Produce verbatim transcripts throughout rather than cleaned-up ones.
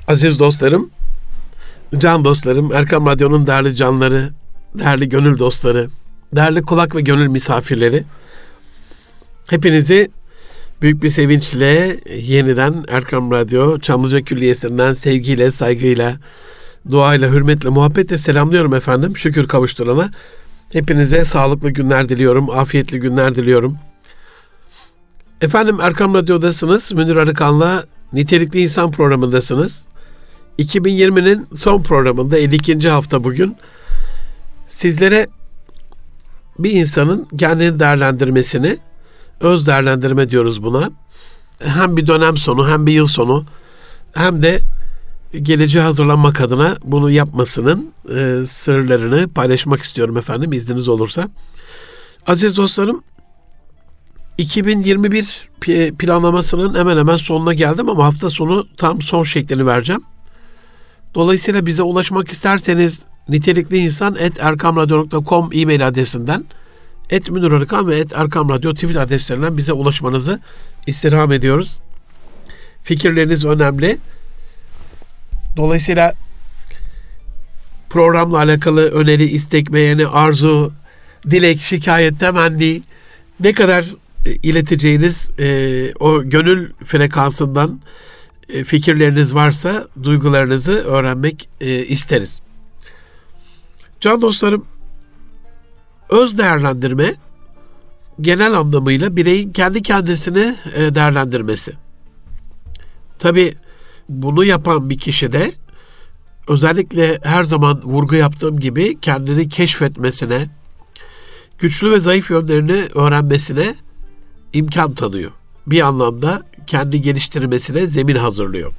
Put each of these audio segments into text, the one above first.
Aziz dostlarım, can dostlarım, Erkam Radyo'nun değerli canları, değerli gönül dostları, değerli kulak ve gönül misafirleri, hepinizi büyük bir sevinçle yeniden Erkam Radyo Çamlıca Külliyesi'nden sevgiyle, saygıyla, duayla, hürmetle, muhabbetle selamlıyorum efendim. Şükür kavuşturana. Hepinize sağlıklı günler diliyorum, afiyetli günler diliyorum. Efendim Erkam Radyo'dasınız. Münir Arıkan'la Nitelikli İnsan programındasınız. iki bin yirminin son programında elli ikinci hafta bugün. Sizlere bir insanın kendini değerlendirmesini, öz değerlendirme diyoruz buna. Hem bir dönem sonu, hem bir yıl sonu, hem de geleceğe hazırlanmak adına bunu yapmasının e, sırlarını paylaşmak istiyorum efendim, izniniz olursa. Aziz dostlarım, iki bin yirmi bir planlamasının hemen hemen sonuna geldim ama hafta sonu tam son şeklini vereceğim. Dolayısıyla bize ulaşmak isterseniz nitelikliinsan at erkamradyo nokta com e-mail adresinden, et Münir Arıkan ve et Erkam Radyo tweet adreslerinden bize ulaşmanızı istirham ediyoruz. Fikirleriniz önemli. Dolayısıyla programla alakalı öneri, istek, beğeni, arzu, dilek, şikayet, temenni ne kadar ileteceğiniz e, o gönül frekansından e, fikirleriniz varsa duygularınızı öğrenmek e, isteriz. Can dostlarım, öz değerlendirme genel anlamıyla bireyin kendi kendisini e, değerlendirmesi. Tabii bunu yapan bir kişi de özellikle her zaman vurgu yaptığım gibi kendini keşfetmesine, güçlü ve zayıf yönlerini öğrenmesine imkan tanıyor. Bir anlamda kendi geliştirmesine zemin hazırlıyor.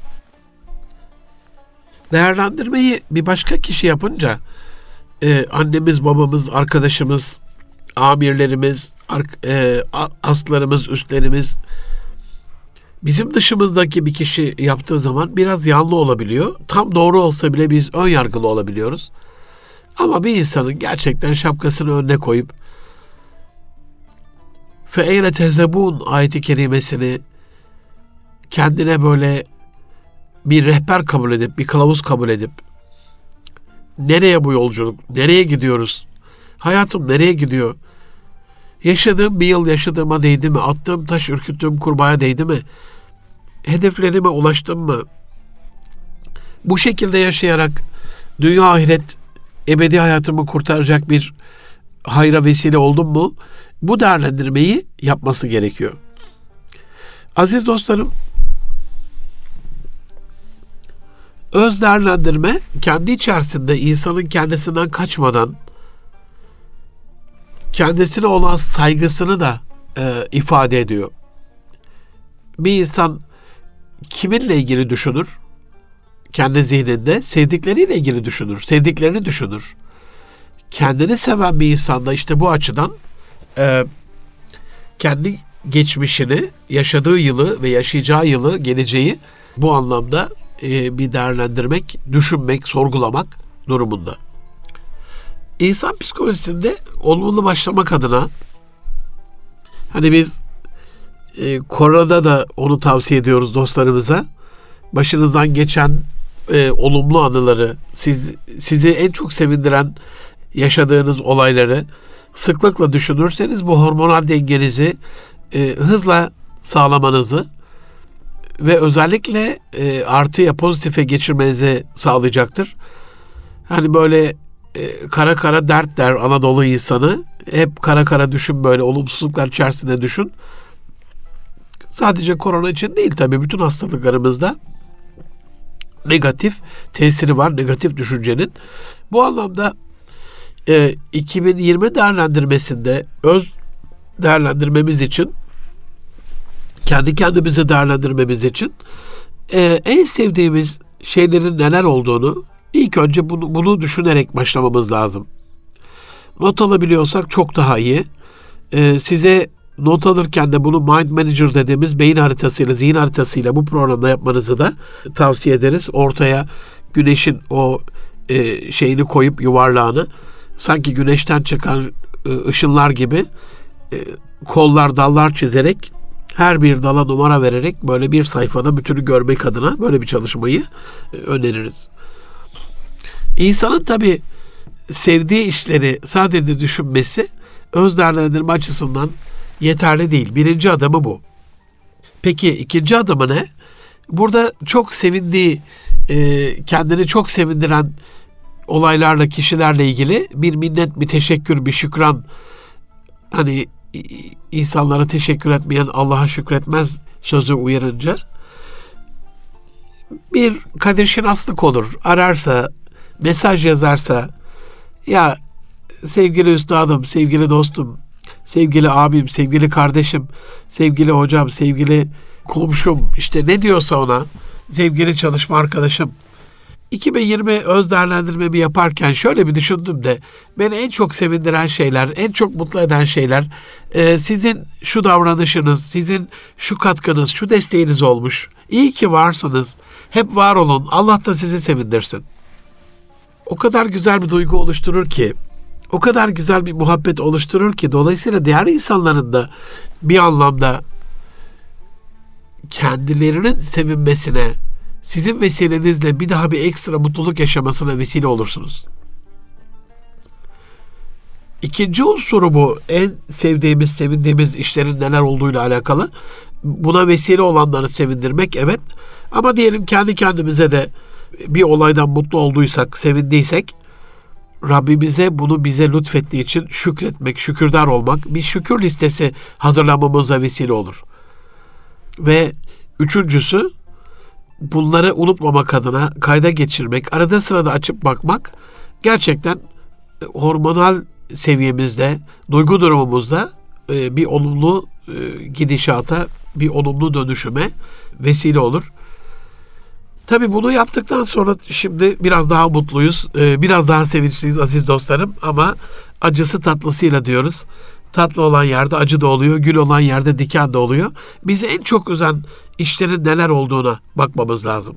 Değerlendirmeyi bir başka kişi yapınca e, annemiz, babamız, arkadaşımız, amirlerimiz, e, aslarımız, üstlerimiz, bizim dışımızdaki bir kişi yaptığı zaman biraz yanlı olabiliyor. Tam doğru olsa bile biz ön yargılı olabiliyoruz. Ama bir insanın gerçekten şapkasını önüne koyup فَاَيْنَ تَذَبُونَ ayeti kerimesini kendine böyle bir rehber kabul edip, bir kılavuz kabul edip, nereye bu yolculuk, nereye gidiyoruz, hayatım nereye gidiyor, yaşadığım bir yıl yaşadığıma değdi mi, attığım taş ürküttüğüm kurbağaya değdi mi, hedeflerime ulaştım mı, bu şekilde yaşayarak dünya ahiret ebedi hayatımı kurtaracak bir hayra vesile oldum mu, bu değerlendirmeyi yapması gerekiyor. Aziz dostlarım, öz değerlendirme kendi içerisinde insanın kendisinden kaçmadan kendisine olan saygısını da e, ifade ediyor. Bir insan kiminle ilgili düşünür? Kendi zihninde sevdikleriyle ilgili düşünür, sevdiklerini düşünür. Kendini seven bir insan da işte bu açıdan e, kendi geçmişini, yaşadığı yılı ve yaşayacağı yılı, geleceği bu anlamda e, bir değerlendirmek, düşünmek, sorgulamak durumunda. İnsan psikolojisinde olumlu başlamak adına, hani biz e, koronada da onu tavsiye ediyoruz dostlarımıza. Başınızdan geçen e, olumlu anıları, siz, sizi en çok sevindiren yaşadığınız olayları sıklıkla düşünürseniz bu hormonal dengenizi e, hızla sağlamanızı ve özellikle e, artıya, pozitife geçirmenizi sağlayacaktır. Hani böyle e, kara kara dert der Anadolu insanı. Hep kara kara düşün, böyle olumsuzluklar içerisinde düşün. Sadece korona için değil tabii, bütün hastalıklarımızda negatif tesiri var, negatif düşüncenin. Bu anlamda e, iki bin yirmi değerlendirmesinde öz değerlendirmemiz için, kendi kendimizi değerlendirmemiz için e, en sevdiğimiz şeylerin neler olduğunu ilk önce bunu, bunu düşünerek başlamamız lazım. Not alabiliyorsak çok daha iyi. E, size not alırken de bunu Mind Manager dediğimiz beyin haritasıyla, zihin haritasıyla bu programda yapmanızı da tavsiye ederiz. Ortaya güneşin o e, şeyini koyup, yuvarlağını, sanki güneşten çıkan e, ışınlar gibi e, kollar, dallar çizerek Her bir dala numara vererek böyle bir sayfada bütünü görmek adına böyle bir çalışmayı e, öneririz. İnsanın tabii sevdiği işleri sadece düşünmesi öz değerlendirme açısından yeterli değil. Birinci adımı bu. Peki ikinci adımı ne? Burada çok sevindiği, e, kendini çok sevindiren olaylarla, kişilerle ilgili bir minnet, bir teşekkür, bir şükran. Hani insanlara teşekkür etmeyen Allah'a şükretmez sözü uyarınca bir kadir şinaslık olur. Ararsa, mesaj yazarsa, ya sevgili üstadım, sevgili dostum, sevgili abim, sevgili kardeşim, sevgili hocam, sevgili komşum, işte ne diyorsa ona, sevgili çalışma arkadaşım. iki bin yirmi öz değerlendirmemi yaparken şöyle bir düşündüm de beni en çok sevindiren şeyler, en çok mutlu eden şeyler e, sizin şu davranışınız, sizin şu katkınız, şu desteğiniz olmuş. İyi ki varsınız. Hep var olun. Allah da sizi sevindirsin. O kadar güzel bir duygu oluşturur ki, o kadar güzel bir muhabbet oluşturur ki dolayısıyla diğer insanların da bir anlamda kendilerinin sevinmesine, sizin vesilenizle bir daha bir ekstra mutluluk yaşamasına vesile olursunuz. İkinci unsuru bu. En sevdiğimiz, sevindiğimiz işlerin neler olduğuyla alakalı. Buna vesile olanları sevindirmek, evet. Ama diyelim kendi kendimize de bir olaydan mutlu olduysak, sevindiysek, Rabbimize bunu bize lütfettiği için şükretmek, şükürdar olmak, bir şükür listesi hazırlamamıza vesile olur. Ve üçüncüsü, bunları unutmamak adına kayda geçirmek, arada sırada açıp bakmak gerçekten hormonal seviyemizde, duygu durumumuzda bir olumlu gidişata, bir olumlu dönüşüme vesile olur. Tabii bunu yaptıktan sonra şimdi biraz daha mutluyuz, biraz daha sevinçliyiz aziz dostlarım ama acısı tatlısıyla diyoruz. Tatlı olan yerde acı da oluyor, gül olan yerde diken de oluyor. Bizi en çok üzen işlerin neler olduğuna bakmamız lazım.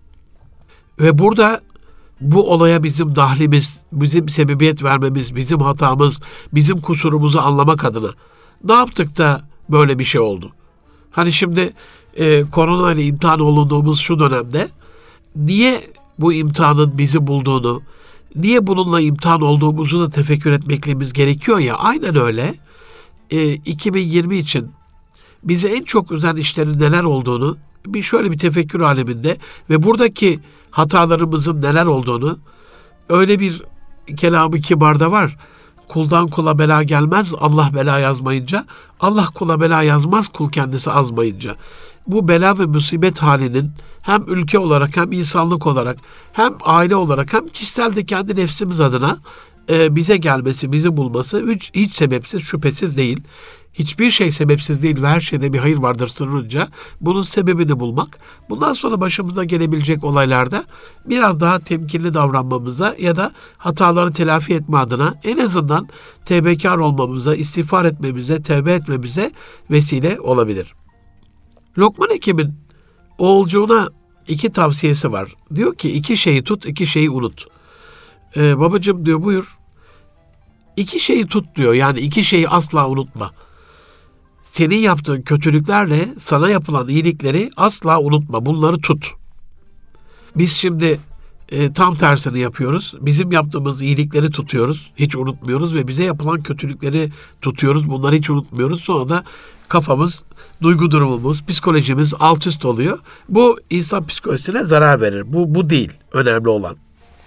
Ve burada bu olaya bizim dahlimiz, bizim sebebiyet vermemiz, bizim hatamız, bizim kusurumuzu anlamak adına ne yaptık da böyle bir şey oldu? Hani şimdi e, korona ile imtihan olunduğumuz şu dönemde niye bu imtihanın bizi bulduğunu, niye bununla imtihan olduğumuzu da tefekkür etmekliğimiz gerekiyor ya, aynen öyle. E, iki bin yirmi için bizi en çok üzen işlerin neler olduğunu bir şöyle bir tefekkür aleminde ve buradaki hatalarımızın neler olduğunu, öyle bir kelam-ı kibarda var. Kuldan kula bela gelmez Allah bela yazmayınca, Allah kula bela yazmaz kul kendisi azmayınca. Bu bela ve musibet halinin hem ülke olarak hem insanlık olarak hem aile olarak hem kişisel de kendi nefsimiz adına e, bize gelmesi, bizi bulması hiç, hiç sebepsiz, şüphesiz değil. Hiçbir şey sebepsiz değil ve her şeyde bir hayır vardır sırrınca bunun sebebini bulmak, bundan sonra başımıza gelebilecek olaylarda biraz daha temkinli davranmamıza ya da hataları telafi etme adına en azından tevbekar olmamıza, istiğfar etmemize, tevbe etmemize vesile olabilir. Lokman Hekim'in oğulcuğuna iki tavsiyesi var. Diyor ki iki şeyi tut, iki şeyi unut. Ee, babacığım diyor buyur. İki şeyi tut diyor, yani iki şeyi asla unutma. Senin yaptığın kötülüklerle sana yapılan iyilikleri asla unutma. Bunları tut. Biz şimdi e, tam tersini yapıyoruz. Bizim yaptığımız iyilikleri tutuyoruz. Hiç unutmuyoruz ve bize yapılan kötülükleri tutuyoruz. Bunları hiç unutmuyoruz. Sonra da kafamız, duygu durumumuz, psikolojimiz alt üst oluyor. Bu insan psikolojisine zarar verir. Bu, bu değil önemli olan.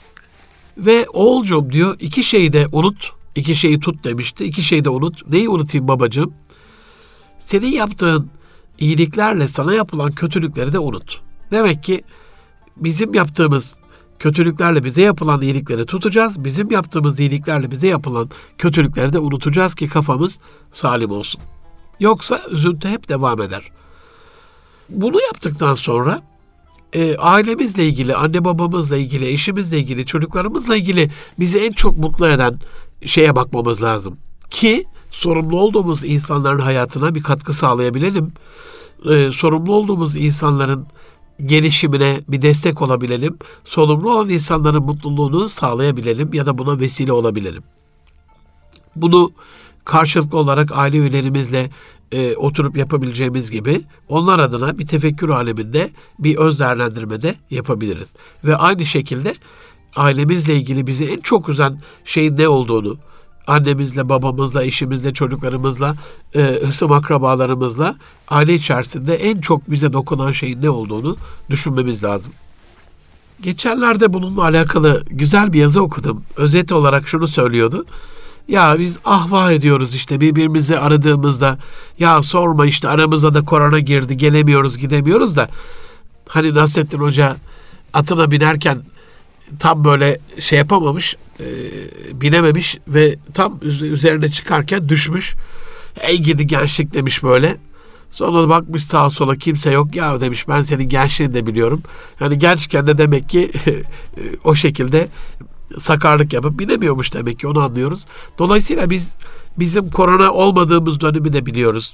Ve oğulcum diyor iki şeyi de unut. İki şeyi tut demişti. İki şeyi de unut. Neyi unutayım babacığım? Senin yaptığın iyiliklerle sana yapılan kötülükleri de unut. Demek ki bizim yaptığımız kötülüklerle bize yapılan iyilikleri tutacağız. Bizim yaptığımız iyiliklerle bize yapılan kötülükleri de unutacağız ki kafamız salim olsun. Yoksa üzüntü hep devam eder. Bunu yaptıktan sonra e, ailemizle ilgili, anne babamızla ilgili, eşimizle ilgili, çocuklarımızla ilgili bizi en çok mutlu eden şeye bakmamız lazım. Ki sorumlu olduğumuz insanların hayatına bir katkı sağlayabilelim. Ee, sorumlu olduğumuz insanların gelişimine bir destek olabilelim. Sorumlu olan insanların mutluluğunu sağlayabilelim ya da buna vesile olabilelim. Bunu karşılıklı olarak aile üyelerimizle e, oturup yapabileceğimiz gibi onlar adına bir tefekkür aleminde bir öz değerlendirmede yapabiliriz. Ve aynı şekilde ailemizle ilgili bizi en çok üzen şeyin ne olduğunu, annemizle, babamızla, eşimizle, çocuklarımızla, e, hısım akrabalarımızla aile içerisinde en çok bize dokunan şeyin ne olduğunu düşünmemiz lazım. Geçenlerde bununla alakalı güzel bir yazı okudum. Özet olarak şunu söylüyordu. Ya biz ahvah ediyoruz işte birbirimizi aradığımızda. Ya sorma işte aramıza da korona girdi, gelemiyoruz, gidemiyoruz da. Hani Nasrettin Hoca atına binerken tam böyle şey yapamamış, e, binememiş ve tam üzerine çıkarken düşmüş. Ey gidi gençlik demiş böyle. Sonra da bakmış sağa sola kimse yok. Ya demiş ben senin gençliğini de biliyorum. Yani gençken de demek ki o şekilde sakarlık yapıp binemiyormuş demek ki, onu anlıyoruz. Dolayısıyla biz bizim korona olmadığımız dönemi de biliyoruz.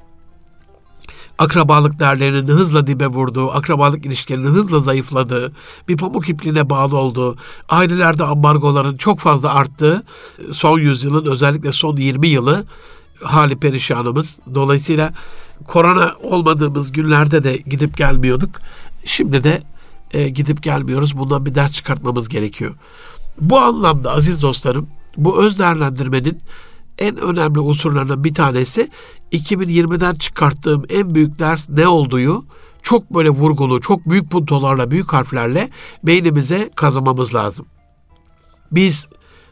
Akrabalık değerlerinin hızla dibe vurduğu, akrabalık ilişkilerinin hızla zayıfladığı, bir pamuk ipliğine bağlı olduğu, ailelerde ambargoların çok fazla arttığı son yüzyılın özellikle son yirmi yılı hali perişanımız. Dolayısıyla korona olmadığımız günlerde de gidip gelmiyorduk. Şimdi de e, gidip gelmiyoruz. Bundan bir ders çıkartmamız gerekiyor. Bu anlamda aziz dostlarım, bu öz değerlendirmenin en önemli unsurlarından bir tanesi iki bin yirmiden çıkarttığım en büyük ders ne olduğu çok böyle vurgulu, çok büyük puntolarla, büyük harflerle beynimize kazımamız lazım. Biz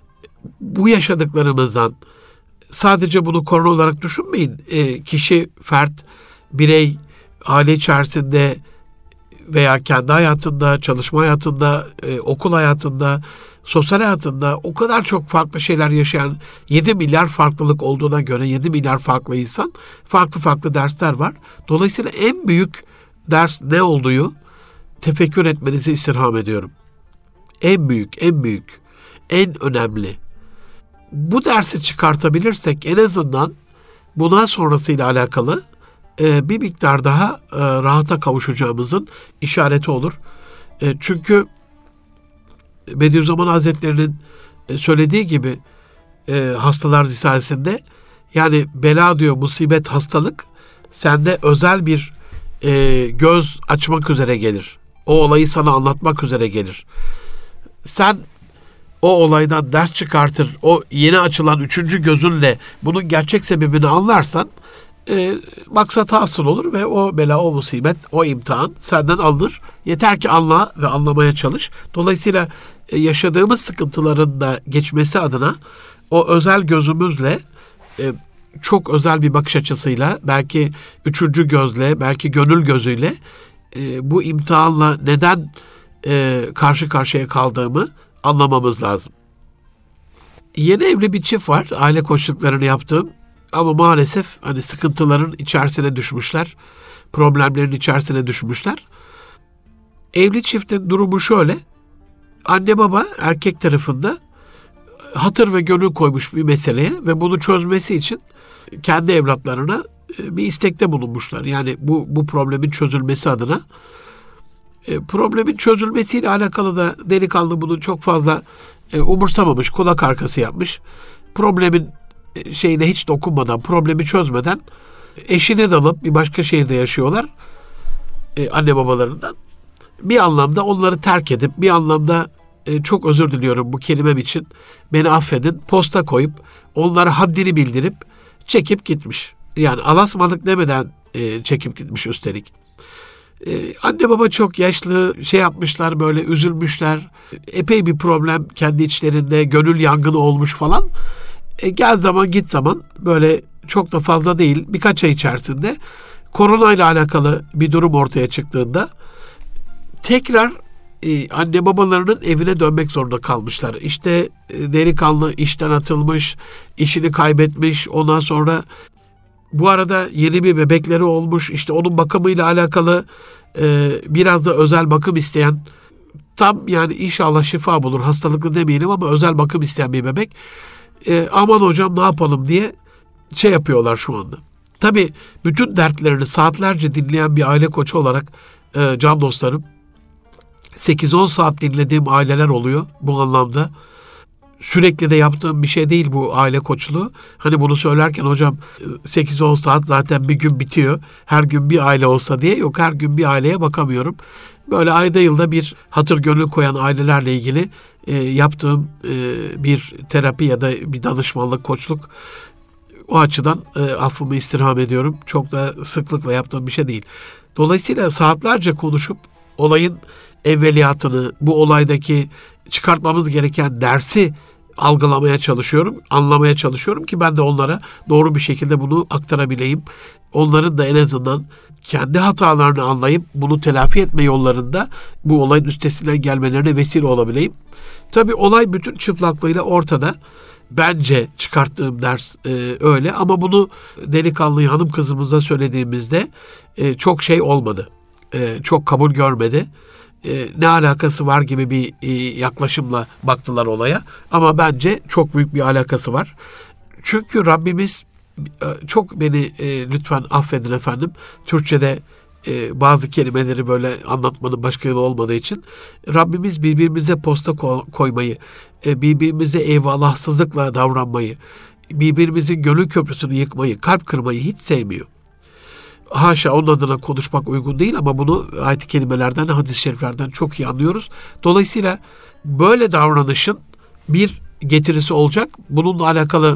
bu yaşadıklarımızdan sadece bunu korona olarak düşünmeyin. E, kişi, fert, birey, aile içerisinde veya kendi hayatında, çalışma hayatında, e, okul hayatında, sosyal hayatında o kadar çok farklı şeyler yaşayan yedi milyar farklılık olduğuna göre yedi milyar farklı insan, farklı farklı dersler var. Dolayısıyla en büyük ders ne olduğu tefekkür etmenizi istirham ediyorum. En büyük, en büyük, en önemli. Bu dersi çıkartabilirsek en azından bundan sonrasıyla alakalı e, bir miktar daha e, rahata kavuşacağımızın işareti olur. E, çünkü Bediüzzaman Hazretleri'nin söylediği gibi e, Hastalar Risalesi'nde, yani bela diyor, musibet, hastalık sende özel bir e, göz açmak üzere gelir. O olayı sana anlatmak üzere gelir. Sen o olaydan ders çıkartır, o yeni açılan üçüncü gözünle bunun gerçek sebebini anlarsan e, maksat hasıl olur ve o bela, o musibet, o imtihan senden alınır. Yeter ki anla ve anlamaya çalış. Dolayısıyla e, yaşadığımız sıkıntıların da geçmesi adına o özel gözümüzle, e, çok özel bir bakış açısıyla, belki üçüncü gözle, belki gönül gözüyle e, bu imtihanla neden e, karşı karşıya kaldığımı anlamamız lazım. Yeni evli bir çift var, aile koçluklarını yaptığım, ama maalesef hani sıkıntıların içerisine düşmüşler, problemlerin içerisine düşmüşler. Evli çiftin durumu şöyle: anne baba erkek tarafında hatır ve gönül koymuş bir meseleye ve bunu çözmesi için kendi evlatlarına bir istekte bulunmuşlar. Yani bu bu problemin çözülmesi adına. E, problemin çözülmesiyle alakalı da delikanlı bunu çok fazla e, umursamamış, kulak arkası yapmış. Problemin e, şeyine hiç dokunmadan, problemi çözmeden eşine dalıp bir başka şehirde yaşıyorlar e, anne babalarından. Bir anlamda onları terk edip, bir anlamda e, çok özür diliyorum bu kelimem için, beni affedin, posta koyup onlara haddini bildirip çekip gitmiş. Yani alasmalık demeden e, çekip gitmiş üstelik. Ee, anne baba çok yaşlı, şey yapmışlar, böyle üzülmüşler. Epey bir problem kendi içlerinde, gönül yangını olmuş falan. E, gel zaman git zaman, böyle çok da fazla değil, birkaç ay içerisinde korona ile alakalı bir durum ortaya çıktığında tekrar e, anne babalarının evine dönmek zorunda kalmışlar. İşte e, delikanlı işten atılmış, işini kaybetmiş, ondan sonra bu arada yeni bir bebekleri olmuş, işte onun bakımıyla alakalı e, biraz da özel bakım isteyen, tam yani inşallah şifa bulur, hastalıklı demeyelim ama özel bakım isteyen bir bebek. E, aman hocam ne yapalım diye şey yapıyorlar şu anda. Tabii bütün dertlerini saatlerce dinleyen bir aile koçu olarak e, can dostlarım, sekiz on saat dinlediğim aileler oluyor bu anlamda. sürekli de yaptığım bir şey değil bu aile koçluğu. Hani bunu söylerken hocam sekiz on saat zaten bir gün bitiyor. Her gün bir aile olsa diye, yok, her gün bir aileye bakamıyorum. Böyle ayda yılda bir hatır gönül koyan ailelerle ilgili e, yaptığım e, bir terapi ya da bir danışmanlık, koçluk. O açıdan e, affımı istirham ediyorum. Çok da sıklıkla yaptığım bir şey değil. Dolayısıyla saatlerce konuşup olayın evveliyatını, bu olaydaki çıkartmamız gereken dersi algılamaya çalışıyorum, anlamaya çalışıyorum ki ben de onlara doğru bir şekilde bunu aktarabileyim. Onların da en azından kendi hatalarını anlayıp bunu telafi etme yollarında bu olayın üstesinden gelmelerine vesile olabileyim. Tabii olay bütün çıplaklığıyla ortada. Bence çıkarttığım ders e, öyle ama bunu delikanlı hanım kızımıza söylediğimizde e, çok şey olmadı. E, çok kabul görmedi. E, ne alakası var gibi bir e, yaklaşımla baktılar olaya. Ama bence çok büyük bir alakası var. Çünkü Rabbimiz e, çok beni e, lütfen affedin efendim. Türkçe'de e, bazı kelimeleri böyle anlatmanın başka yolu olmadığı için Rabbimiz birbirimize posta koymayı, e, birbirimize eyvallahsızlıkla davranmayı, birbirimizin gönül köprüsünü yıkmayı, kalp kırmayı hiç sevmiyor. Haşa, onun adına konuşmak uygun değil ama bunu ayet-i kerimelerden, hadis-i şeriflerden çok iyi anlıyoruz. Dolayısıyla böyle davranışın bir getirisi olacak. Bununla alakalı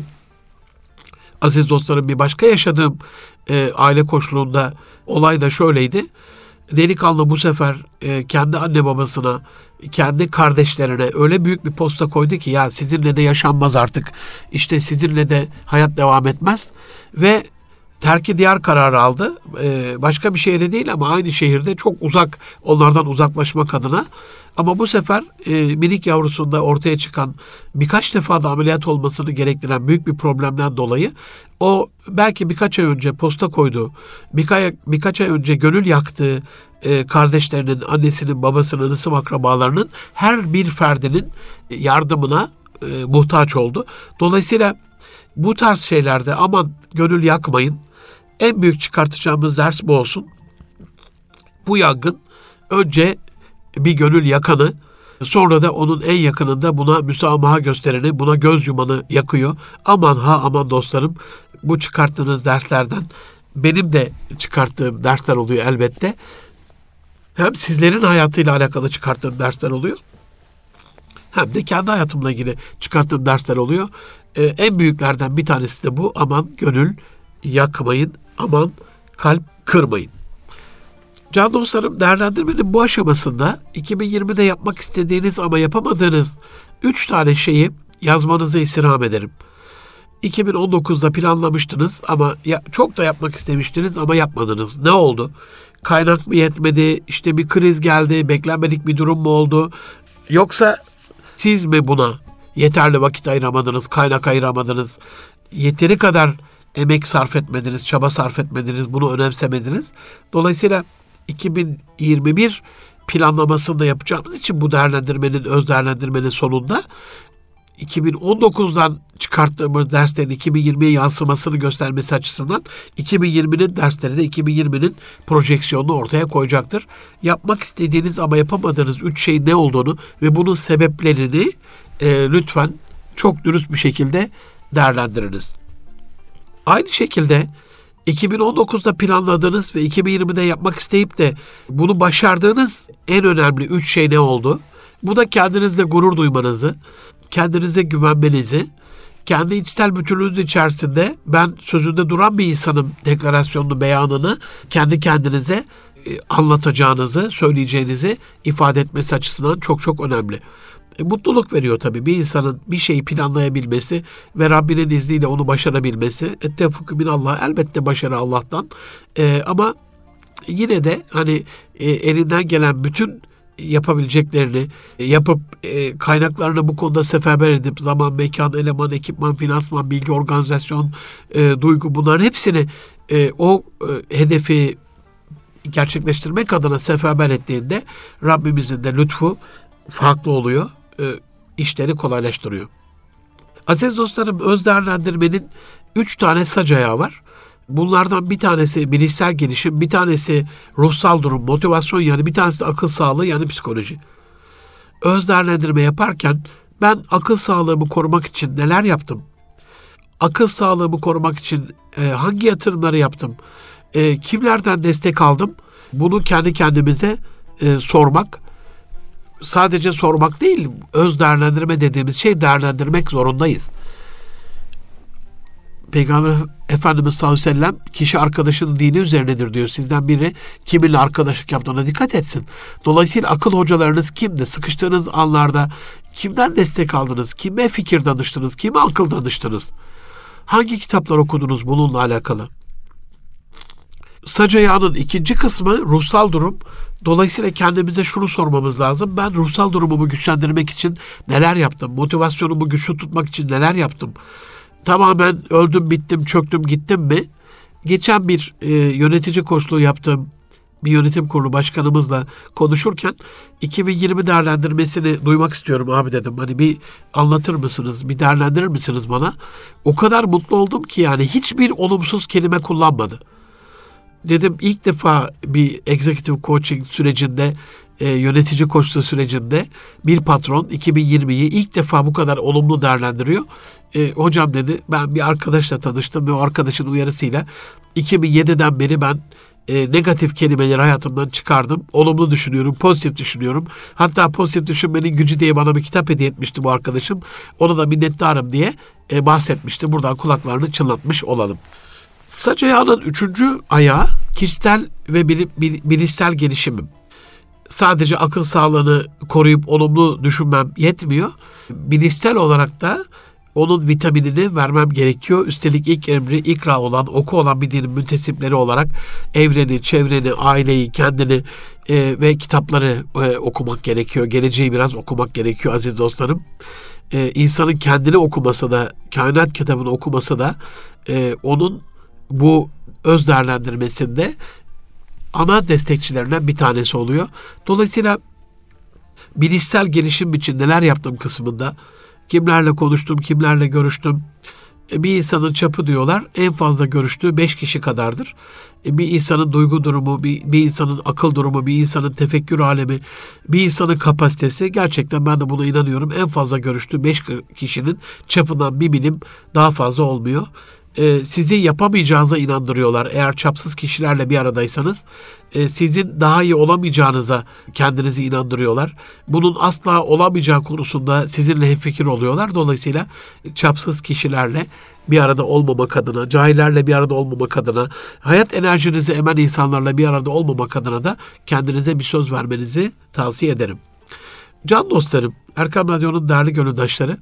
aziz dostlarım bir başka yaşadığım e, aile koçluğunda olay da şöyleydi. Delikanlı bu sefer e, kendi anne babasına, kendi kardeşlerine öyle büyük bir posta koydu ki ya sizinle de yaşanmaz artık. İşte sizinle de hayat devam etmez ve terki diyar kararı aldı. Ee, başka bir şehre değil ama aynı şehirde çok uzak, onlardan uzaklaşmak adına. Ama bu sefer e, minik yavrusunda ortaya çıkan birkaç defa da ameliyat olmasını gerektiren büyük bir problemden dolayı o belki birkaç ay önce posta koyduğu, birkaç, birkaç ay önce gönül yaktığı e, kardeşlerinin, annesinin, babasının, ısım akrabalarının her bir ferdinin yardımına e, muhtaç oldu. Dolayısıyla bu tarz şeylerde aman gönül yakmayın. En büyük çıkartacağımız ders bu olsun. Bu yangın önce bir gönül yakanı, sonra da onun en yakınında buna müsamaha göstereni, buna göz yumanı yakıyor. Aman ha aman dostlarım, bu çıkarttığınız derslerden benim de çıkarttığım dersler oluyor elbette. Hem sizlerin hayatıyla alakalı çıkarttığım dersler oluyor, hem de kendi hayatımla ilgili çıkarttığım dersler oluyor. Ee, en büyüklerden bir tanesi de bu. Aman gönül yakmayın, aman kalp kırmayın. Can dostlarım, değerlendirmenin bu aşamasında iki bin yirmide yapmak istediğiniz ama yapamadığınız üç tane şeyi yazmanızı istirham ederim. iki bin on dokuzda planlamıştınız ama ya, çok da yapmak istemiştiniz ama yapmadınız. Ne oldu? Kaynak mı yetmedi? İşte bir kriz geldi, beklenmedik bir durum mu oldu? Yoksa siz mi buna yeterli vakit ayıramadınız, kaynak ayıramadınız, yeteri kadar emek sarf etmediniz, çaba sarf etmediniz, bunu önemsemediniz. Dolayısıyla iki bin yirmi bir planlamasını da yapacağımız için bu değerlendirmenin, öz değerlendirmenin sonunda iki bin on dokuzdan çıkarttığımız derslerin iki bin yirmiye yansımasını göstermesi açısından iki bin yirminin dersleri de iki bin yirminin projeksiyonunu ortaya koyacaktır. Yapmak istediğiniz ama yapamadığınız üç şeyin ne olduğunu ve bunun sebeplerini e, lütfen çok dürüst bir şekilde değerlendiriniz. Aynı şekilde iki bin on dokuzda planladığınız ve iki bin yirmide yapmak isteyip de bunu başardığınız en önemli üç şey ne oldu? Bu da kendinizle gurur duymanızı, kendinize güvenmenizi, kendi içsel bütünlüğünüz içerisinde ben sözünde duran bir insanım deklarasyonunu, beyanını kendi kendinize anlatacağınızı, söyleyeceğinizi ifade etmesi açısından çok çok önemli. E, mutluluk veriyor tabii bir insanın bir şeyi planlayabilmesi ve Rabbinin izniyle onu başarabilmesi. Ettevfukü minallah, elbette başarı Allah'tan. E, ama yine de hani e, elinden gelen bütün yapabileceklerini yapıp e, kaynaklarını bu konuda seferber edip zaman, mekan, eleman, ekipman, finansman, bilgi, organizasyon, e, duygu, bunların hepsini e, o e, hedefi gerçekleştirmek adına seferber ettiğinde Rabbimizin de lütfu farklı oluyor. E, işleri kolaylaştırıyor. Aziz dostlarım, öz değerlendirmenin üç tane sac ayağı var. Bunlardan bir tanesi bilişsel gelişim, bir tanesi ruhsal durum, motivasyon, yani bir tanesi de akıl sağlığı, yani psikoloji. Öz değerlendirme yaparken Ben akıl sağlığımı korumak için neler yaptım? Akıl sağlığımı korumak için e, hangi yatırımları yaptım? E, kimlerden destek aldım? Bunu kendi kendimize e, sormak. Sadece sormak değil, öz değerlendirme dediğimiz şey değerlendirmek zorundayız. Peygamber Efendimiz sallallahu aleyhi ve sellem kişi arkadaşının dini üzerinedir diyor. Sizden biri kiminle arkadaşlık yaptığına dikkat etsin. Dolayısıyla akıl hocalarınız kimdi? Sıkıştığınız anlarda kimden destek aldınız? Kime fikir danıştınız? Kime akıl danıştınız? Hangi kitaplar okudunuz bununla alakalı? Sac ayağının ikinci kısmı ruhsal durum. Dolayısıyla kendimize şunu sormamız lazım. Ben ruhsal durumumu güçlendirmek için neler yaptım? Motivasyonumu güçlü tutmak için neler yaptım? Tamamen öldüm, bittim, çöktüm, gittim mi? Geçen bir e, yönetici koçluğu yaptığım bir yönetim kurulu başkanımızla konuşurken iki bin yirmi değerlendirmesini duymak istiyorum abi dedim. Hani bir anlatır mısınız, bir değerlendirir misiniz bana? O kadar mutlu oldum ki yani hiçbir olumsuz kelime kullanmadı. Dedim ilk defa bir executive coaching sürecinde, e, yönetici koçluğu sürecinde bir patron iki bin yirmiyi ilk defa bu kadar olumlu değerlendiriyor. E, hocam dedi, ben bir arkadaşla tanıştım ve o arkadaşın uyarısıyla iki bin yediden beri ben e, negatif kelimeleri hayatımdan çıkardım. Olumlu düşünüyorum, pozitif düşünüyorum. Hatta pozitif düşünmenin gücü diye bana bir kitap hediye etmişti bu arkadaşım. Ona da minnettarım diye e, bahsetmişti. Buradan kulaklarını çınlatmış olalım. Sac ayağının üçüncü ayağı kişisel ve bil, bil, bilişsel gelişimim. Sadece akıl sağlığını koruyup olumlu düşünmem yetmiyor. Bilişsel olarak da onun vitaminini vermem gerekiyor. Üstelik ilk emri ikra olan, oku olan bir dinin müntesipleri olarak evreni, çevreni, aileyi, kendini e, ve kitapları e, okumak gerekiyor. Geleceği biraz okumak gerekiyor aziz dostlarım. E, insanın kendini okuması da, kainat kitabını okuması da e, onun bu öz değerlendirmesinde ana destekçilerinden bir tanesi oluyor. Dolayısıyla bilişsel gelişim için neler yaptım kısmında, kimlerle konuştum, kimlerle görüştüm. Bir insanın çapı diyorlar en fazla görüştüğü beş kişi kadardır. Bir insanın duygu durumu, bir, bir insanın akıl durumu, bir insanın tefekkür alemi, bir insanın kapasitesi, gerçekten ben de buna inanıyorum. En fazla görüştüğü beş kişinin çapından bir milim daha fazla olmuyor. Ee, sizi yapamayacağınıza inandırıyorlar. Eğer çapsız kişilerle bir aradaysanız e, sizin daha iyi olamayacağınıza kendinizi inandırıyorlar. Bunun asla olamayacağı konusunda sizinle hemfikir oluyorlar. Dolayısıyla çapsız kişilerle bir arada olmamak adına, cahillerle bir arada olmamak adına, hayat enerjinizi emen insanlarla bir arada olmamak adına da kendinize bir söz vermenizi tavsiye ederim. Can dostlarım, Erkam Radyo'nun değerli gönüldaşları,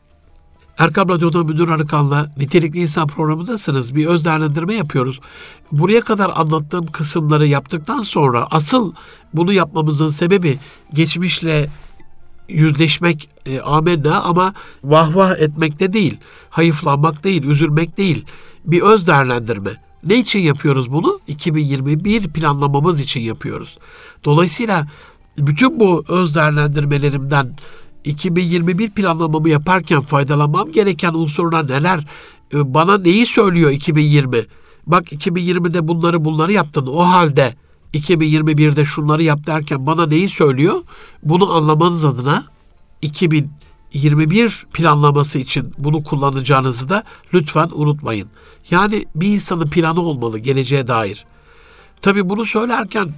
Erkam Radyo'da Münir Arıkan'la Nitelikli İnsan programındasınız. Bir öz değerlendirme yapıyoruz. Buraya kadar anlattığım kısımları yaptıktan sonra asıl bunu yapmamızın sebebi geçmişle yüzleşmek, e, amenna, ama vah vah etmek de değil, hayıflanmak değil, üzülmek değil. Bir öz değerlendirme. Ne için yapıyoruz bunu? iki bin yirmi bir planlamamız için yapıyoruz. Dolayısıyla bütün bu öz değerlendirmelerimden iki bin yirmi bir planlamamı yaparken faydalanmam gereken unsurlar neler? Bana neyi söylüyor iki bin yirmi? Bak iki bin yirmide bunları bunları yaptın. O halde iki bin yirmi birde şunları yap derken bana neyi söylüyor? Bunu anlamanız adına iki bin yirmi bir planlaması için bunu kullanacağınızı da lütfen unutmayın. Yani bir insanın planı olmalı geleceğe dair. Tabii bunu söylerken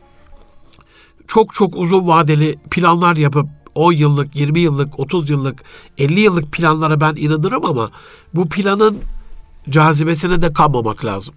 çok çok uzun vadeli planlar yapıp on yıllık, yirmi yıllık, otuz yıllık, elli yıllık planlara ben inanırım ama bu planın cazibesine de kanmamak lazım.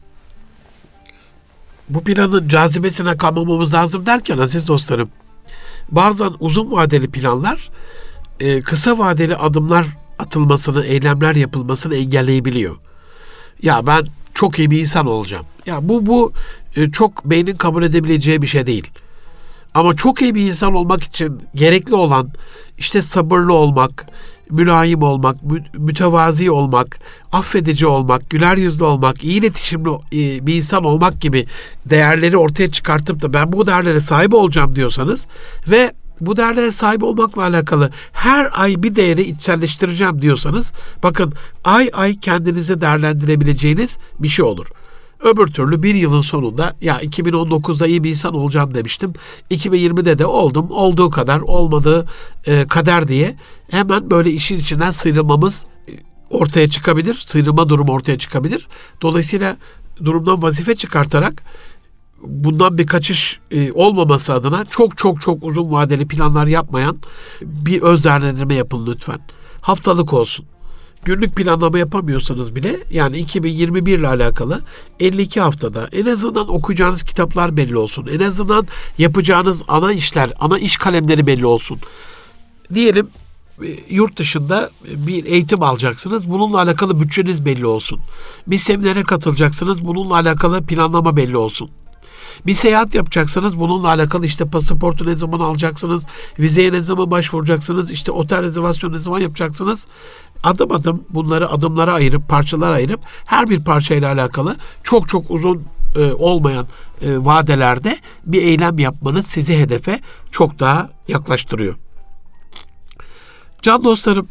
Bu planın cazibesine kanmamamız lazım derken aziz dostlarım, bazen uzun vadeli planlar kısa vadeli adımlar atılmasını, eylemler yapılmasını engelleyebiliyor. Ya ben çok iyi bir insan olacağım. Ya bu bu çok beynin kabul edebileceği bir şey değil. Ama çok iyi bir insan olmak için gerekli olan işte sabırlı olmak, mülayim olmak, mütevazi olmak, affedici olmak, güler yüzlü olmak, iyi iletişimli bir insan olmak gibi değerleri ortaya çıkartıp da ben bu değerlere sahip olacağım diyorsanız ve bu değerlere sahip olmakla alakalı her ay bir değeri içselleştireceğim diyorsanız, bakın ay ay kendinize değerlendirebileceğiniz bir şey olur. Öbür türlü bir yılın sonunda ya iki bin on dokuzda iyi bir insan olacağım demiştim. iki bin yirmide de oldum. Olduğu kadar, olmadığı e, kader diye hemen böyle işin içinden sıyrılmamız ortaya çıkabilir. Sıyrılma durumu ortaya çıkabilir. Dolayısıyla durumdan vazife çıkartarak bundan bir kaçış e, olmaması adına çok çok çok uzun vadeli planlar yapmayan bir öz değerlendirme yapın lütfen. Haftalık olsun. Günlük planlama yapamıyorsanız bile yani iki bin yirmi bir ile alakalı elli iki haftada en azından okuyacağınız kitaplar belli olsun. En azından yapacağınız ana işler, ana iş kalemleri belli olsun. Diyelim yurt dışında bir eğitim alacaksınız. Bununla alakalı bütçeniz belli olsun. Bir seminere katılacaksınız. Bununla alakalı planlama belli olsun. Bir seyahat yapacaksınız. Bununla alakalı işte pasaportu ne zaman alacaksınız? Vizeye ne zaman başvuracaksınız? İşte otel rezervasyonu ne zaman yapacaksınız? Adım adım bunları adımlara ayırıp, parçalara ayırıp her bir parçayla alakalı çok çok uzun e, olmayan e, vadelerde bir eylem yapmanız sizi hedefe çok daha yaklaştırıyor. Can dostlarım,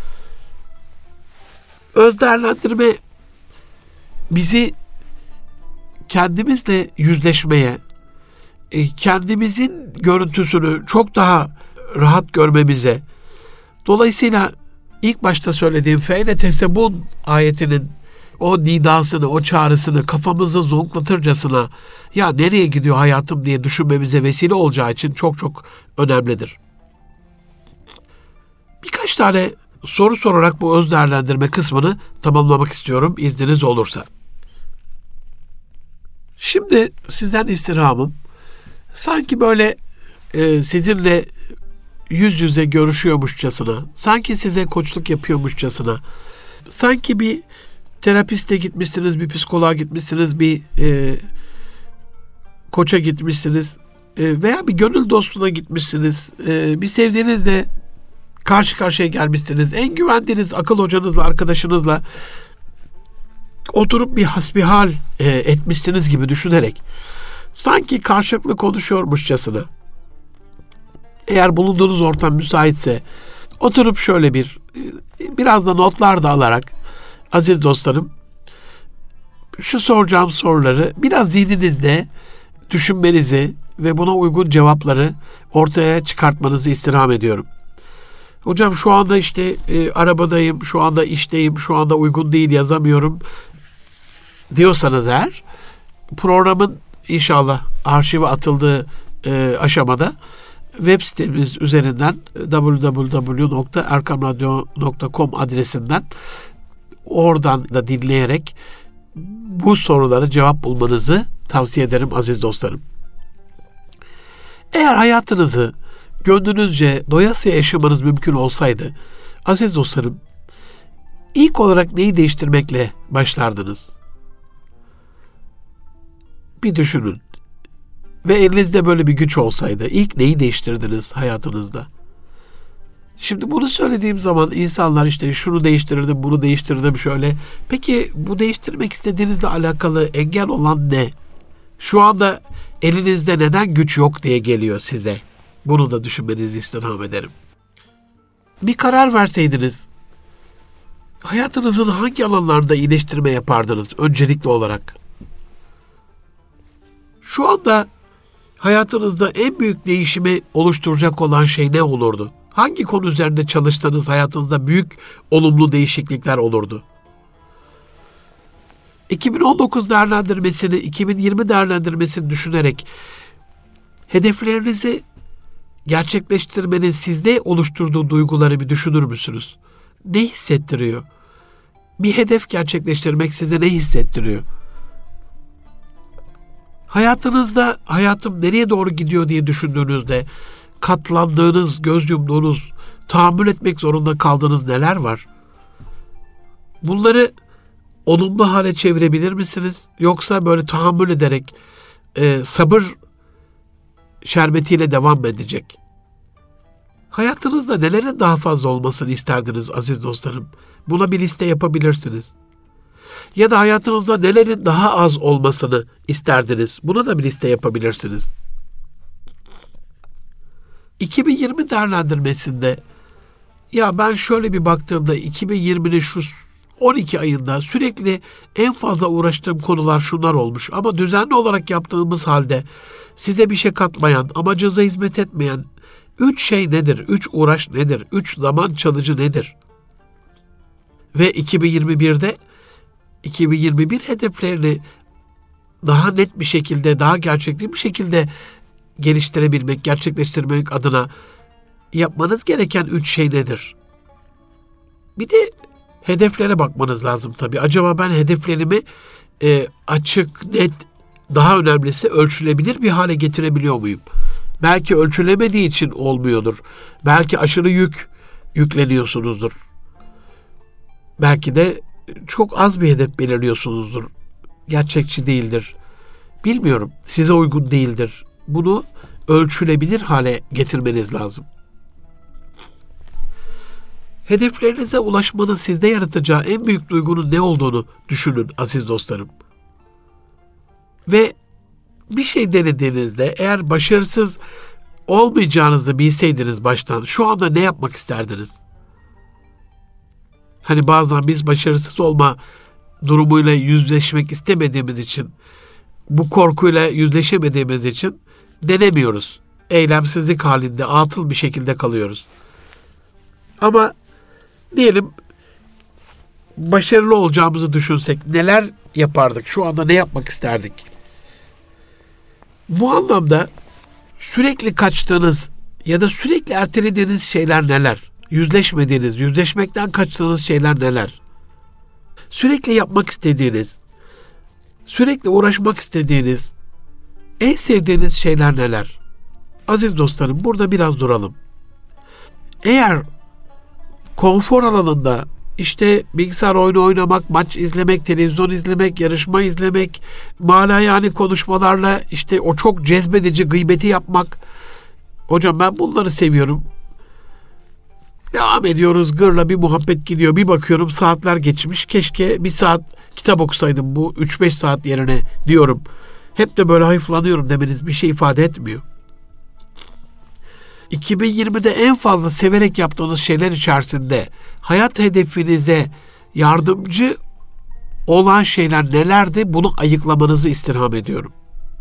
öz değerlendirme bizi kendimizle yüzleşmeye, kendimizin görüntüsünü çok daha rahat görmemize, dolayısıyla ilk başta söylediğim fe'le tesebun ayetinin o nidasını, o çağrısını kafamızı zonklatırcasına ya nereye gidiyor hayatım diye düşünmemize vesile olacağı için çok çok önemlidir. Birkaç tane soru sorarak bu öz değerlendirme kısmını tamamlamak istiyorum izniniz olursa. Şimdi sizden istirhamım sanki böyle e, sizinle yüz yüze görüşüyormuşçasına, sanki size koçluk yapıyormuşçasına, sanki bir terapiste gitmişsiniz, bir psikoloğa gitmişsiniz, bir e, koça gitmişsiniz e, veya bir gönül dostuna gitmişsiniz, e, bir sevdiğinizle karşı karşıya gelmişsiniz, en güvendiğiniz akıl hocanızla, arkadaşınızla oturup bir hasbihal e, etmişsiniz gibi düşünerek sanki karşılıklı konuşuyormuşçasına, eğer bulunduğunuz ortam müsaitse oturup şöyle bir biraz da notlar da alarak aziz dostlarım şu soracağım soruları biraz zihninizde düşünmenizi ve buna uygun cevapları ortaya çıkartmanızı istirham ediyorum. Hocam şu anda işte e, arabadayım, şu anda işteyim, şu anda uygun değil yazamıyorum diyorsanız eğer programın inşallah arşive atıldığı e, aşamada web sitemiz üzerinden double-u double-u double-u nokta erkam radyo nokta com adresinden oradan da dinleyerek bu sorulara cevap bulmanızı tavsiye ederim aziz dostlarım. Eğer hayatınızı gönlünüzce doyasıya yaşamanız mümkün olsaydı aziz dostlarım ilk olarak neyi değiştirmekle başlardınız? Bir düşünün. Ve elinizde böyle bir güç olsaydı ilk neyi değiştirdiniz hayatınızda? Şimdi bunu söylediğim zaman insanlar işte şunu değiştirdim, bunu değiştirdim şöyle. Peki bu değiştirmek istediğinizle alakalı engel olan ne? Şu anda elinizde neden güç yok diye geliyor size? Bunu da düşünmenizi istirham ederim. Bir karar verseydiniz, hayatınızın hangi alanlarda iyileştirme yapardınız öncelikli olarak? Şu anda hayatınızda en büyük değişimi oluşturacak olan şey ne olurdu? Hangi konu üzerinde çalışsanız hayatınızda büyük olumlu değişiklikler olurdu? iki bin on dokuz değerlendirmesini, iki bin yirmi değerlendirmesini düşünerek hedeflerinizi gerçekleştirmenin sizde oluşturduğu duyguları bir düşünür müsünüz? Ne hissettiriyor? Bir hedef gerçekleştirmek size ne hissettiriyor? Hayatınızda hayatım nereye doğru gidiyor diye düşündüğünüzde katlandığınız, göz yumduğunuz, tahammül etmek zorunda kaldığınız neler var? Bunları olumlu hale çevirebilir misiniz? Yoksa böyle tahammül ederek e, sabır şerbetiyle devam mı edecek? Hayatınızda nelerin daha fazla olmasını isterdiniz aziz dostlarım? Buna bir liste yapabilirsiniz. Ya da hayatınızda nelerin daha az olmasını isterdiniz? Buna da bir liste yapabilirsiniz. iki bin yirmi değerlendirmesinde ya ben şöyle bir baktığımda iki bin yirminin şu on iki ayında sürekli en fazla uğraştığım konular şunlar olmuş. Ama düzenli olarak yaptığımız halde size bir şey katmayan, amacınıza hizmet etmeyen üç şey nedir? Üç uğraş nedir? Üç zaman çalıcı nedir? Ve iki bin yirmi birde iki bin yirmi bir hedeflerini daha net bir şekilde, daha gerçekçi bir şekilde geliştirebilmek, gerçekleştirmek adına yapmanız gereken üç şey nedir? Bir de hedeflere bakmanız lazım tabii. Acaba ben hedeflerimi e, açık, net, daha önemlisi ölçülebilir bir hale getirebiliyor muyum? Belki ölçülemediği için olmuyordur. Belki aşırı yük yükleniyorsunuzdur. Belki de çok az bir hedef belirliyorsunuzdur. Gerçekçi değildir. Bilmiyorum. Size uygun değildir. Bunu ölçülebilir hale getirmeniz lazım. Hedeflerinize ulaşmanın sizde yaratacağı en büyük duygunun ne olduğunu düşünün aziz dostlarım. Ve bir şey denediğinizde eğer başarısız olmayacağınızı bilseydiniz baştan şu anda ne yapmak isterdiniz? Hani bazen biz başarısız olma durumuyla yüzleşmek istemediğimiz için, bu korkuyla yüzleşemediğimiz için denemiyoruz. Eylemsizlik halinde, atıl bir şekilde kalıyoruz. Ama diyelim başarılı olacağımızı düşünsek neler yapardık? Şu anda ne yapmak isterdik? Bu anlamda sürekli kaçtığınız ya da sürekli ertelediğiniz şeyler neler? Yüzleşmediğiniz, yüzleşmekten kaçtığınız şeyler neler? Sürekli yapmak istediğiniz, sürekli uğraşmak istediğiniz, en sevdiğiniz şeyler neler? Aziz dostlarım, burada biraz duralım. Eğer konfor alanında işte bilgisayar oyunu oynamak, maç izlemek, televizyon izlemek, yarışma izlemek, malayani konuşmalarla işte o çok cezbedici gıybeti yapmak. Hocam ben bunları seviyorum. Devam ediyoruz, gırla bir muhabbet gidiyor. Bir bakıyorum saatler geçmiş. Keşke bir saat kitap okusaydım bu üç beş saat yerine diyorum. Hep de böyle hayıflanıyorum demeniz bir şey ifade etmiyor. iki bin yirmide en fazla severek yaptığınız şeyler içerisinde hayat hedefinize yardımcı olan şeyler nelerdi? Bunu ayıklamanızı istirham ediyorum.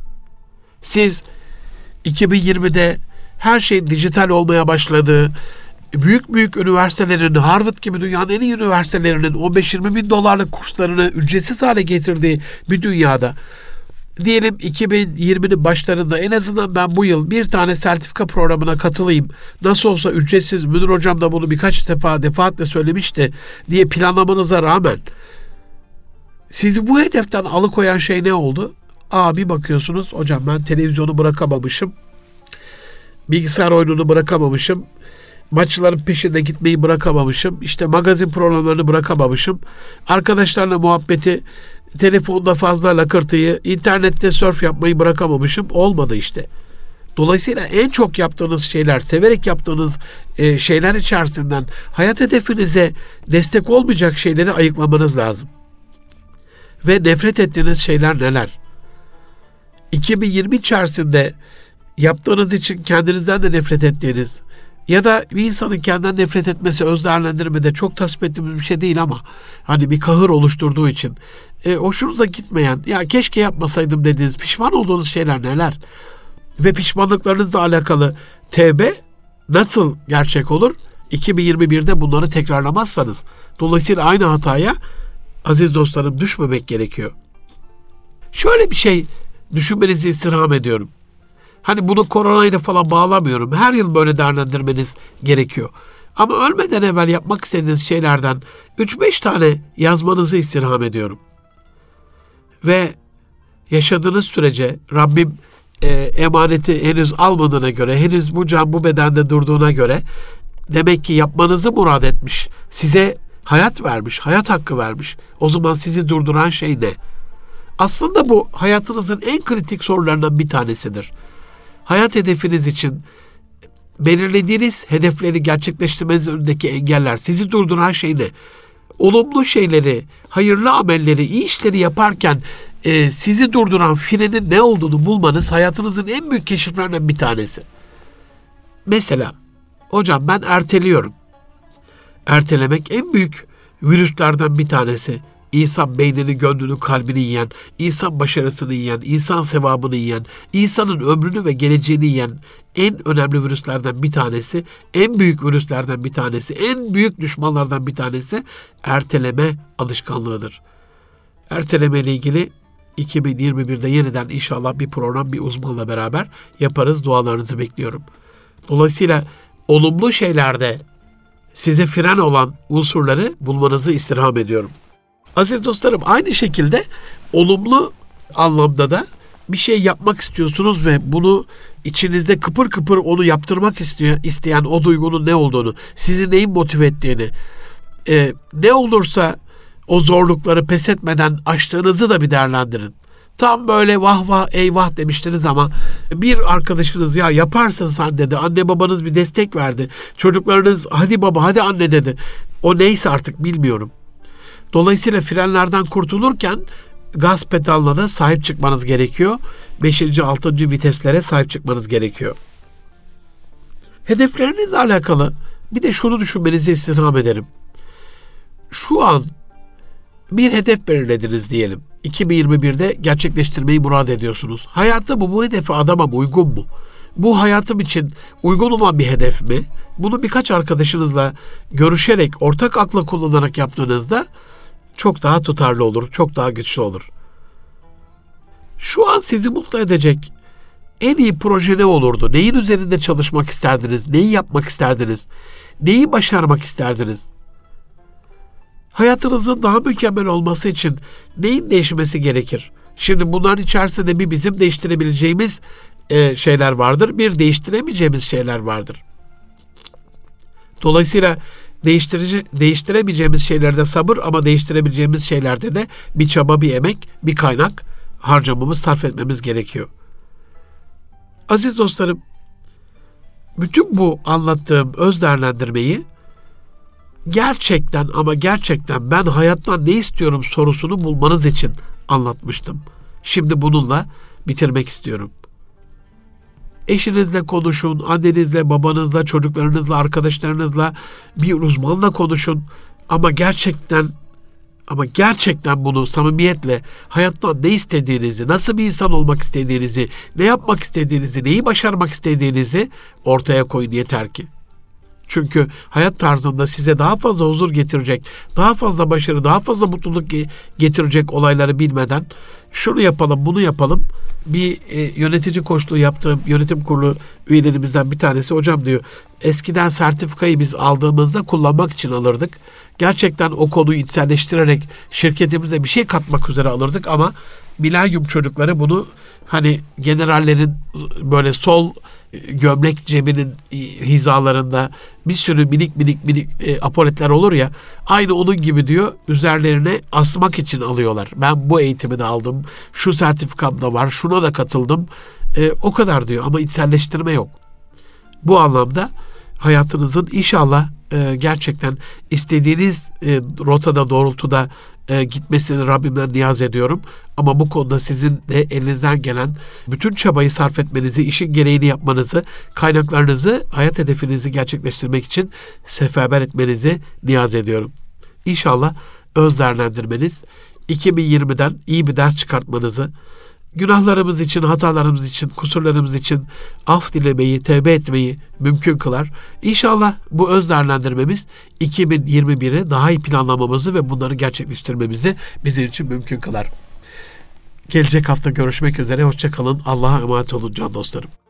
Siz iki bin yirmide her şey dijital olmaya başladı. Büyük büyük üniversitelerin, Harvard gibi dünyanın en iyi üniversitelerinin on beş yirmi bin dolarlık kurslarını ücretsiz hale getirdiği bir dünyada diyelim iki bin yirminin başlarında en azından ben bu yıl bir tane sertifika programına katılayım. Nasıl olsa ücretsiz, Münir Hocam da bunu birkaç defa defaatle söylemişti diye planlamanıza rağmen sizi bu hedeften alıkoyan şey ne oldu? Aa bir bakıyorsunuz, hocam ben televizyonu bırakamamışım. Bilgisayar oyununu bırakamamışım. Maçların peşinde gitmeyi bırakamamışım. İşte magazin programlarını bırakamamışım. Arkadaşlarla muhabbeti, telefonda fazla lakırtıyı, internette surf yapmayı bırakamamışım. Olmadı işte. Dolayısıyla en çok yaptığınız şeyler, severek yaptığınız e, şeyler içerisinden hayat hedefinize destek olmayacak şeyleri ayıklamanız lazım. Ve nefret ettiğiniz şeyler neler? iki bin yirmi içerisinde yaptığınız için kendinizden de nefret ettiğiniz ya da bir insanın kendinden nefret etmesi öz değerlendirmede çok tasvip ettiğimiz bir şey değil ama hani bir kahır oluşturduğu için e, hoşunuza gitmeyen, ya keşke yapmasaydım dediğiniz, pişman olduğunuz şeyler neler? Ve pişmanlıklarınızla alakalı tevbe nasıl gerçek olur? iki bin yirmi birde bunları tekrarlamazsanız. Dolayısıyla aynı hataya aziz dostlarım düşmemek gerekiyor. Şöyle bir şey düşünmenizi istirham ediyorum. Hani bunu koronayla falan bağlamıyorum. Her yıl böyle değerlendirmeniz gerekiyor. Ama ölmeden evvel yapmak istediğiniz şeylerden üç beş tane yazmanızı istirham ediyorum. Ve yaşadığınız sürece Rabbim e, emaneti henüz almadığına göre, henüz bu can bu bedende durduğuna göre demek ki yapmanızı murad etmiş. Size hayat vermiş, hayat hakkı vermiş. O zaman sizi durduran şey ne? Aslında bu hayatınızın en kritik sorularından bir tanesidir. Hayat hedefiniz için belirlediğiniz hedefleri gerçekleştirmeniz önündeki engeller, sizi durduran şey ne? Olumlu şeyleri, hayırlı amelleri, iyi işleri yaparken e, sizi durduran frenin ne olduğunu bulmanız hayatınızın en büyük keşiflerinden bir tanesi. Mesela, hocam ben erteliyorum. Ertelemek en büyük virüslerden bir tanesi. İnsan beynini, gönlünü, kalbini yiyen, insan başarısını yiyen, insan sevabını yiyen, insanın ömrünü ve geleceğini yiyen en önemli virüslerden bir tanesi, en büyük virüslerden bir tanesi, en büyük düşmanlardan bir tanesi erteleme alışkanlığıdır. Erteleme ile ilgili iki bin yirmi birde yeniden inşallah bir program, bir uzmanla beraber yaparız. Dualarınızı bekliyorum. Dolayısıyla olumlu şeylerde size fren olan unsurları bulmanızı istirham ediyorum. Aziz dostlarım, aynı şekilde olumlu anlamda da bir şey yapmak istiyorsunuz ve bunu içinizde kıpır kıpır onu yaptırmak istiyor, isteyen o duygunun ne olduğunu, sizi neyin motive ettiğini, e, ne olursa o zorlukları pes etmeden aştığınızı da bir değerlendirin. Tam böyle vah vah eyvah demiştiniz ama bir arkadaşınız ya yaparsın sen dedi, anne babanız bir destek verdi, çocuklarınız hadi baba hadi anne dedi. O neyse artık bilmiyorum. Dolayısıyla frenlerden kurtulurken gaz pedalına da sahip çıkmanız gerekiyor. Beşinci, altıncı viteslere sahip çıkmanız gerekiyor. Hedeflerinizle alakalı bir de şunu düşünmenizi istirham ederim. Şu an bir hedef belirlediniz diyelim. iki bin yirmi birde gerçekleştirmeyi murad ediyorsunuz. Hayatta bu, bu hedefe adamam uygun mu? Bu hayatım için uygun olan bir hedef mi? Bunu birkaç arkadaşınızla görüşerek, ortak akla kullanarak yaptığınızda çok daha tutarlı olur, çok daha güçlü olur. Şu an sizi mutlu edecek en iyi proje ne olurdu? Neyin üzerinde çalışmak isterdiniz? Neyi yapmak isterdiniz? Neyi başarmak isterdiniz? Hayatınızın daha mükemmel olması için neyin değişmesi gerekir? Şimdi bunların içerisinde bir bizim değiştirebileceğimiz e, şeyler vardır, bir değiştiremeyeceğimiz şeyler vardır. Dolayısıyla değiştirici, değiştiremeyeceğimiz şeylerde sabır ama değiştirebileceğimiz şeylerde de bir çaba, bir emek, bir kaynak harcamamız, sarf etmemiz gerekiyor. Aziz dostlarım, bütün bu anlattığım öz değerlendirmeyi gerçekten ama gerçekten ben hayattan ne istiyorum sorusunu bulmanız için anlatmıştım. Şimdi bununla bitirmek istiyorum. Eşinizle konuşun, annenizle, babanızla, çocuklarınızla, arkadaşlarınızla, bir uzmanla konuşun. Ama gerçekten ama gerçekten bunu samimiyetle hayattan ne istediğinizi, nasıl bir insan olmak istediğinizi, ne yapmak istediğinizi, neyi başarmak istediğinizi ortaya koyun yeter ki. Çünkü hayat tarzında size daha fazla huzur getirecek, daha fazla başarı, daha fazla mutluluk getirecek olayları bilmeden şunu yapalım, bunu yapalım. Bir e, yönetici koçluğu yaptığım yönetim kurulu üyelerimizden bir tanesi hocam diyor, eskiden sertifikayı biz aldığımızda kullanmak için alırdık. Gerçekten o konuyu içselleştirerek şirketimize bir şey katmak üzere alırdık ama milenyum çocukları bunu hani generallerin böyle sol gömlek cebinin hizalarında bir sürü minik minik minik e, apoletler olur ya, aynı onun gibi diyor, üzerlerine asmak için alıyorlar. Ben bu eğitimi de aldım, şu sertifikam da var, şuna da katıldım, e, o kadar diyor ama içselleştirme yok. Bu anlamda hayatınızın inşallah e, gerçekten istediğiniz e, rotada, doğrultuda e, gitmesini Rabbimden niyaz ediyorum. Ama bu konuda sizin de elinizden gelen bütün çabayı sarf etmenizi, işin gereğini yapmanızı, kaynaklarınızı, hayat hedefinizi gerçekleştirmek için seferber etmenizi niyaz ediyorum. İnşallah öz değerlendirmeniz, iki bin yirmiden iyi bir ders çıkartmanızı, günahlarımız için, hatalarımız için, kusurlarımız için af dilemeyi, tevbe etmeyi mümkün kılar. İnşallah bu öz değerlendirmemiz iki bin yirmi biri daha iyi planlamamızı ve bunları gerçekleştirmemizi bizim için mümkün kılar. Gelecek hafta görüşmek üzere. Hoşça kalın. Allah'a emanet olun can dostlarım.